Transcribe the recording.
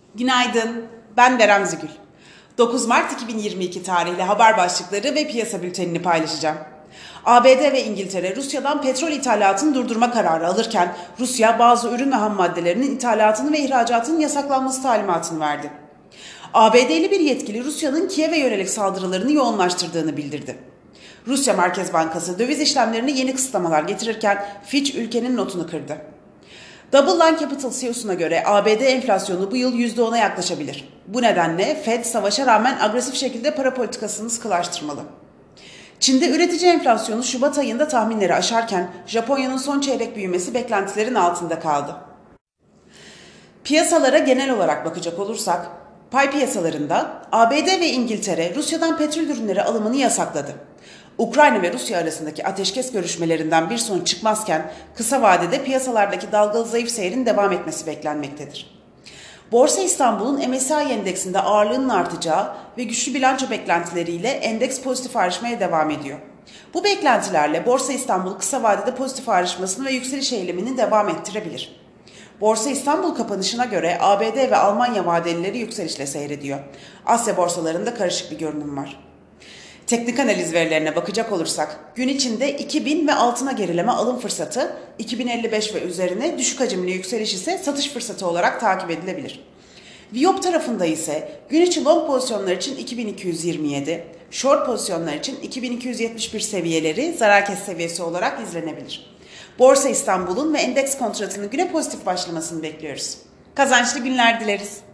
Günaydın, ben Berem Zigül. 9 Mart 2022 tarihli haber başlıkları ve piyasa bültenini paylaşacağım. ABD ve İngiltere Rusya'dan petrol ithalatını durdurma kararı alırken Rusya bazı ürün ve ham maddelerinin ithalatını ve ihracatının yasaklanması talimatını verdi. ABD'li bir yetkili Rusya'nın Kiev'e yönelik saldırılarını yoğunlaştırdığını bildirdi. Rusya Merkez Bankası döviz işlemlerine yeni kısıtlamalar getirirken Fitch ülkenin notunu kırdı. Double Line Capital CEO'suna göre ABD enflasyonu bu yıl %10'a yaklaşabilir. Bu nedenle Fed savaşa rağmen agresif şekilde para politikasını sıkılaştırmalı. Çin'de üretici enflasyonu Şubat ayında tahminleri aşarken Japonya'nın son çeyrek büyümesi beklentilerin altında kaldı. Piyasalara genel olarak bakacak olursak, pay piyasalarında ABD ve İngiltere Rusya'dan petrol ürünleri alımını yasakladı. Ukrayna ve Rusya arasındaki ateşkes görüşmelerinden bir sonuç çıkmazken kısa vadede piyasalardaki dalgalı zayıf seyrin devam etmesi beklenmektedir. Borsa İstanbul'un MSCI endeksinde ağırlığının artacağı ve güçlü bilanço beklentileriyle endeks pozitif ayrışmaya devam ediyor. Bu beklentilerle Borsa İstanbul kısa vadede pozitif ayrışmasını ve yükseliş eylemini devam ettirebilir. Borsa İstanbul kapanışına göre ABD ve Almanya vadelileri yükselişle seyrediyor. Asya borsalarında karışık bir görünüm var. Teknik analiz verilerine bakacak olursak gün içinde 2000 ve altına gerileme alım fırsatı, 2055 ve üzerine düşük hacimli yükseliş ise satış fırsatı olarak takip edilebilir. Viyop tarafında ise gün içi long pozisyonlar için 2227, short pozisyonlar için 2271 seviyeleri zarar kes seviyesi olarak izlenebilir. Borsa İstanbul'un ve endeks kontratının güne pozitif başlamasını bekliyoruz. Kazançlı günler dileriz.